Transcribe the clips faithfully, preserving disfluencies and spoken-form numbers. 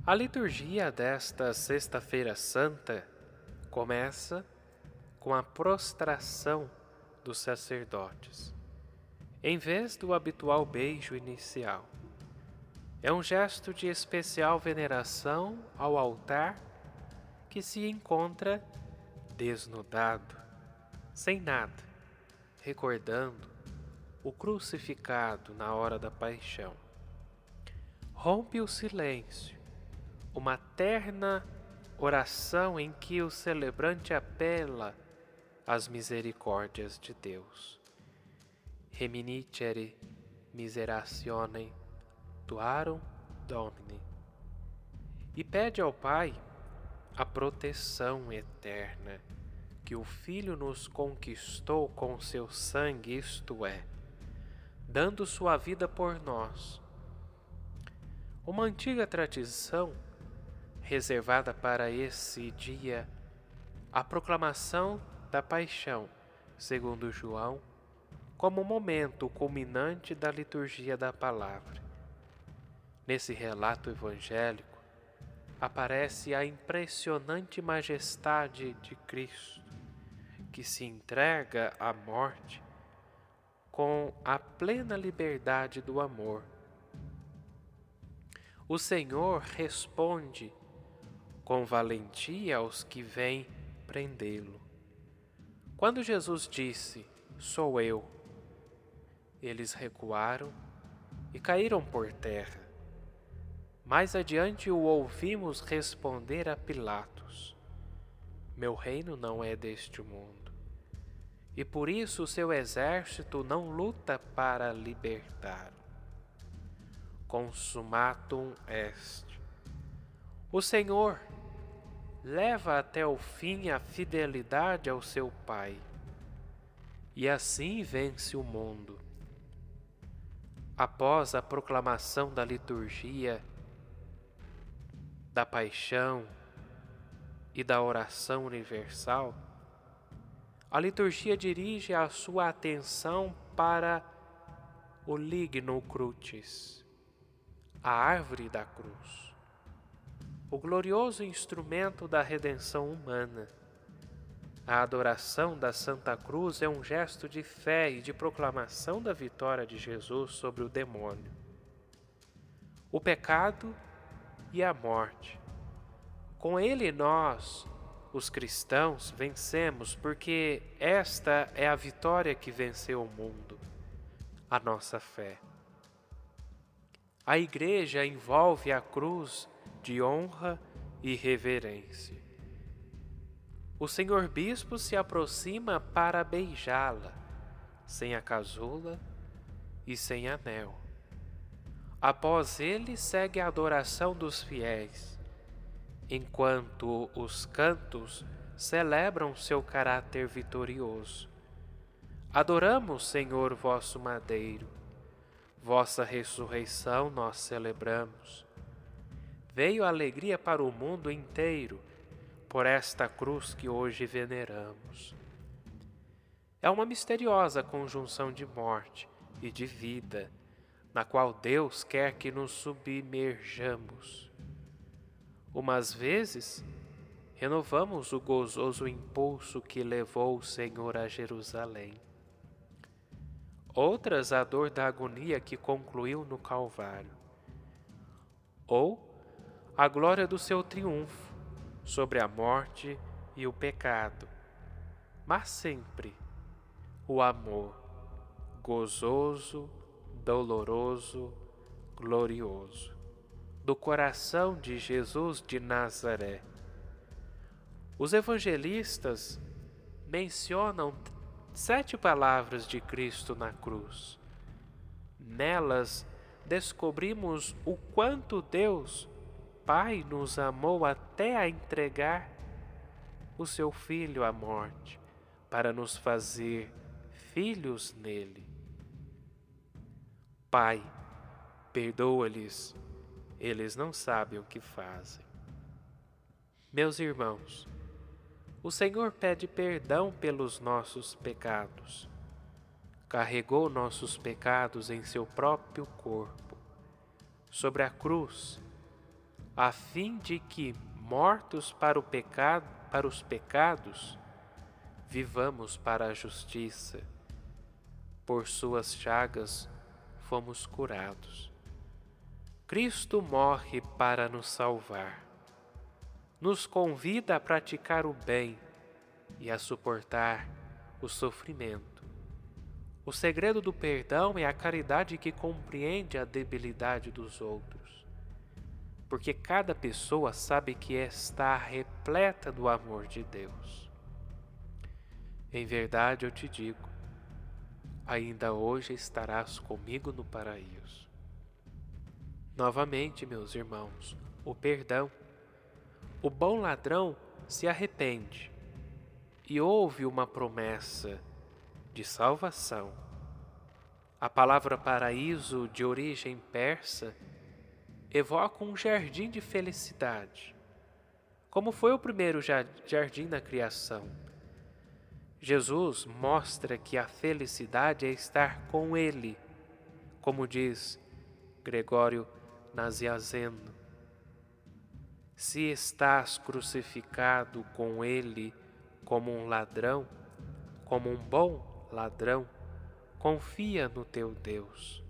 A liturgia desta Sexta-feira Santa começa com a prostração dos sacerdotes, em vez do habitual beijo inicial. É um gesto de especial veneração ao altar que se encontra desnudado, sem nada, recordando o crucificado na hora da paixão. Rompe o silêncio, uma terna oração em que o celebrante apela às misericórdias de Deus. Reminicere miserationem tuarum Domini. E pede ao Pai a proteção eterna que o Filho nos conquistou com seu sangue, isto é, dando sua vida por nós. Uma antiga tradição reservada para esse dia, a proclamação da paixão, segundo João, como momento culminante da liturgia da palavra. Nesse relato evangélico, aparece a impressionante majestade de Cristo, que se entrega à morte com a plena liberdade do amor. O Senhor responde com valentia aos que vêm prendê-lo. Quando Jesus disse, "Sou eu", eles recuaram e caíram por terra. Mais adiante o ouvimos responder a Pilatos, "Meu reino não é deste mundo", e por isso o seu exército não luta para libertar. Consumatum est. O Senhor leva até o fim a fidelidade ao seu Pai, e assim vence o mundo. Após a proclamação da liturgia, da paixão e da oração universal, a liturgia dirige a sua atenção para o lignum crucis, a árvore da cruz, o glorioso instrumento da redenção humana. A adoração da Santa Cruz é um gesto de fé e de proclamação da vitória de Jesus sobre o demônio, o pecado e a morte. Com ele nós, os cristãos, vencemos, porque esta é a vitória que venceu o mundo, a nossa fé. A Igreja envolve a cruz de honra e reverência. O Senhor Bispo se aproxima para beijá-la, sem a casula e sem anel. Após ele segue a adoração dos fiéis, enquanto os cantos celebram seu caráter vitorioso. Adoramos, Senhor, vosso madeiro, vossa ressurreição nós celebramos. Veio alegria para o mundo inteiro, por esta cruz que hoje veneramos. É uma misteriosa conjunção de morte e de vida, na qual Deus quer que nos submerjamos. Umas vezes, renovamos o gozoso impulso que levou o Senhor a Jerusalém. Outras, a dor da agonia que concluiu no Calvário. Ou a glória do seu triunfo sobre a morte e o pecado. Mas sempre o amor, gozoso, doloroso, glorioso, do coração de Jesus de Nazaré. Os evangelistas mencionam sete palavras de Cristo na cruz. Nelas descobrimos o quanto Deus, Pai, nos amou até a entregar o seu Filho à morte, para nos fazer filhos nele. Pai, perdoa-lhes, eles não sabem o que fazem. Meus irmãos, o Senhor pede perdão pelos nossos pecados. Carregou nossos pecados em seu próprio corpo, sobre a cruz, a fim de que, mortos para o pecado, para os pecados, vivamos para a justiça. Por suas chagas fomos curados. Cristo morre para nos salvar. Nos convida a praticar o bem e a suportar o sofrimento. O segredo do perdão é a caridade que compreende a debilidade dos outros, porque cada pessoa sabe que está repleta do amor de Deus. Em verdade eu te digo, ainda hoje estarás comigo no paraíso. Novamente, meus irmãos, o perdão. O bom ladrão se arrepende e ouve uma promessa de salvação. A palavra paraíso, de origem persa, evoca um jardim de felicidade, como foi o primeiro jardim na criação. Jesus mostra que a felicidade é estar com Ele, como diz Gregório Nazianzeno. Se estás crucificado com Ele como um ladrão, como um bom ladrão, confia no teu Deus.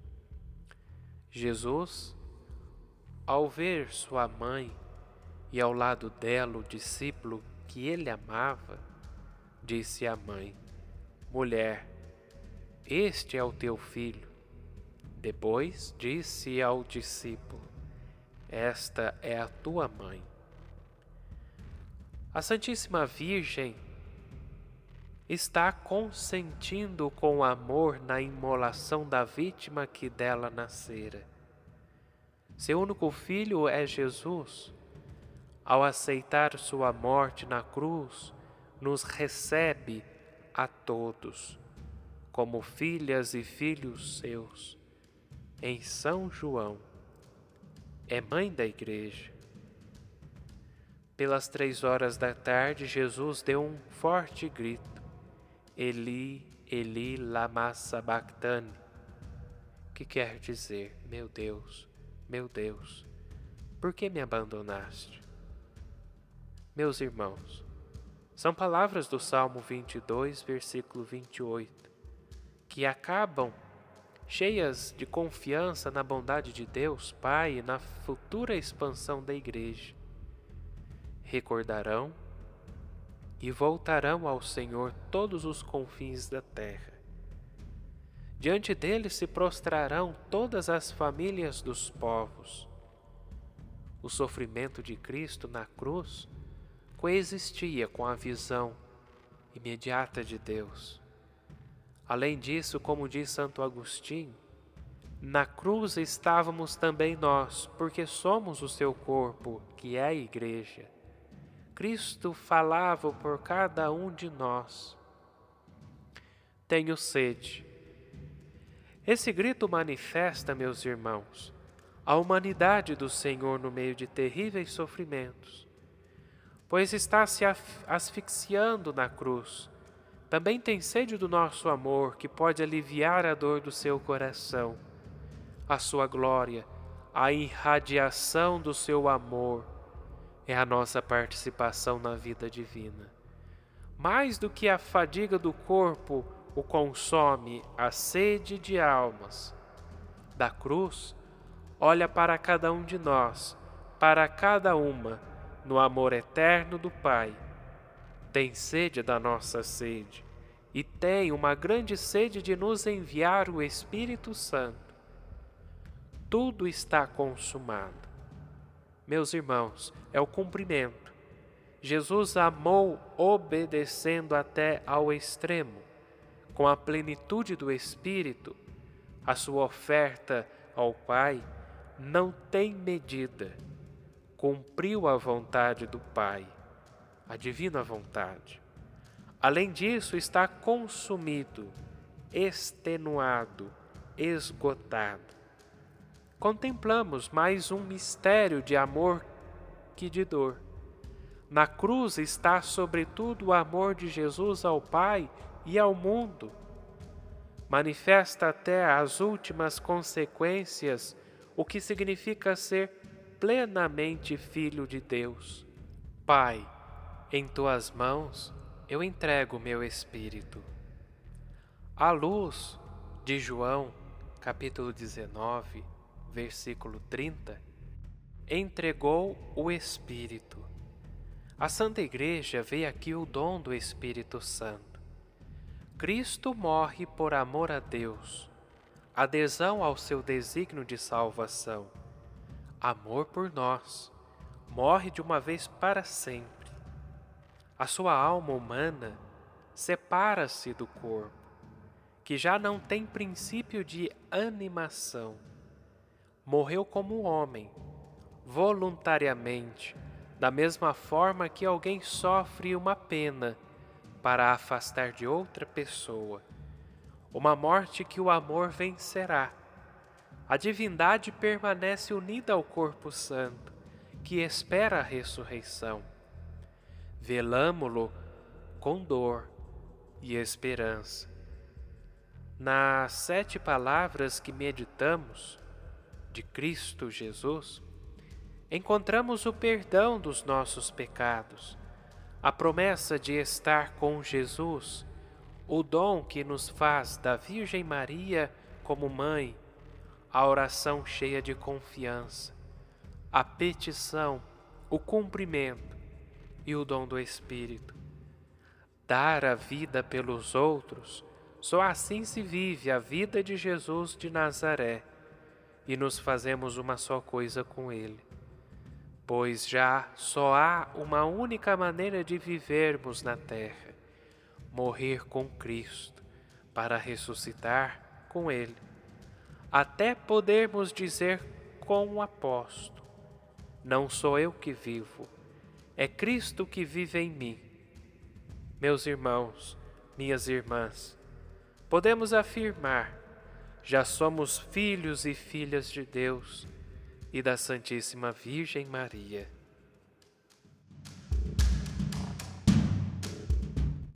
Jesus, ao ver sua mãe e ao lado dela o discípulo que ele amava, disse à mãe: mulher, este é o teu filho. Depois disse ao discípulo: esta é a tua mãe. A Santíssima Virgem está consentindo com amor na imolação da vítima que dela nascera. Seu único filho é Jesus. Ao aceitar sua morte na cruz, nos recebe a todos, como filhas e filhos seus. Em São João, é mãe da Igreja. Pelas três horas da tarde, Jesus deu um forte grito: Eli, Eli, lama sabachthani, que quer dizer: meu Deus, meu Deus, por que me abandonaste? Meus irmãos, são palavras do Salmo vinte e dois, versículo vinte e oito, que acabam cheias de confiança na bondade de Deus Pai e na futura expansão da Igreja. Recordarão e voltarão ao Senhor todos os confins da terra. Diante dele se prostrarão todas as famílias dos povos. O sofrimento de Cristo na cruz coexistia com a visão imediata de Deus. Além disso, como diz Santo Agostinho, na cruz estávamos também nós, porque somos o seu corpo, que é a Igreja. Cristo falava por cada um de nós. Tenho sede. Esse grito manifesta, meus irmãos, a humanidade do Senhor no meio de terríveis sofrimentos, pois está se asfixiando na cruz. Também tem sede do nosso amor, que pode aliviar a dor do seu coração. A sua glória, a irradiação do seu amor, é a nossa participação na vida divina. Mais do que a fadiga do corpo o consome a sede de almas. Da cruz, olha para cada um de nós, para cada uma, no amor eterno do Pai. Tem sede da nossa sede, e tem uma grande sede de nos enviar o Espírito Santo. Tudo está consumado. Meus irmãos, é o cumprimento. Jesus amou obedecendo até ao extremo. Com a plenitude do Espírito, a sua oferta ao Pai não tem medida. Cumpriu a vontade do Pai, a divina vontade. Além disso, está consumido, extenuado, esgotado. Contemplamos mais um mistério de amor que de dor. Na cruz está sobretudo o amor de Jesus ao Pai e ao mundo. Manifesta até as últimas consequências o que significa ser plenamente filho de Deus. Pai, em tuas mãos eu entrego meu espírito. À luz de João, capítulo dezenove, versículo trinta, entregou o Espírito. A Santa Igreja vê aqui o dom do Espírito Santo. Cristo morre por amor a Deus, adesão ao seu desígnio de salvação, amor por nós, morre de uma vez para sempre. A sua alma humana separa-se do corpo, que já não tem princípio de animação. Morreu como homem, voluntariamente, da mesma forma que alguém sofre uma pena para a afastar de outra pessoa. Uma morte que o amor vencerá. A divindade permanece unida ao corpo santo, que espera a ressurreição. Velamo-lo com dor e esperança. Nas sete palavras que meditamos de Cristo Jesus, encontramos o perdão dos nossos pecados, a promessa de estar com Jesus, o dom que nos faz da Virgem Maria como mãe, a oração cheia de confiança, a petição, o cumprimento e o dom do Espírito. Dar a vida pelos outros, só assim se vive a vida de Jesus de Nazaré e nos fazemos uma só coisa com Ele. Pois já só há uma única maneira de vivermos na terra: morrer com Cristo, para ressuscitar com Ele, até podermos dizer com o apóstolo: não sou eu que vivo, é Cristo que vive em mim. Meus irmãos, minhas irmãs, podemos afirmar: já somos filhos e filhas de Deus e da Santíssima Virgem Maria.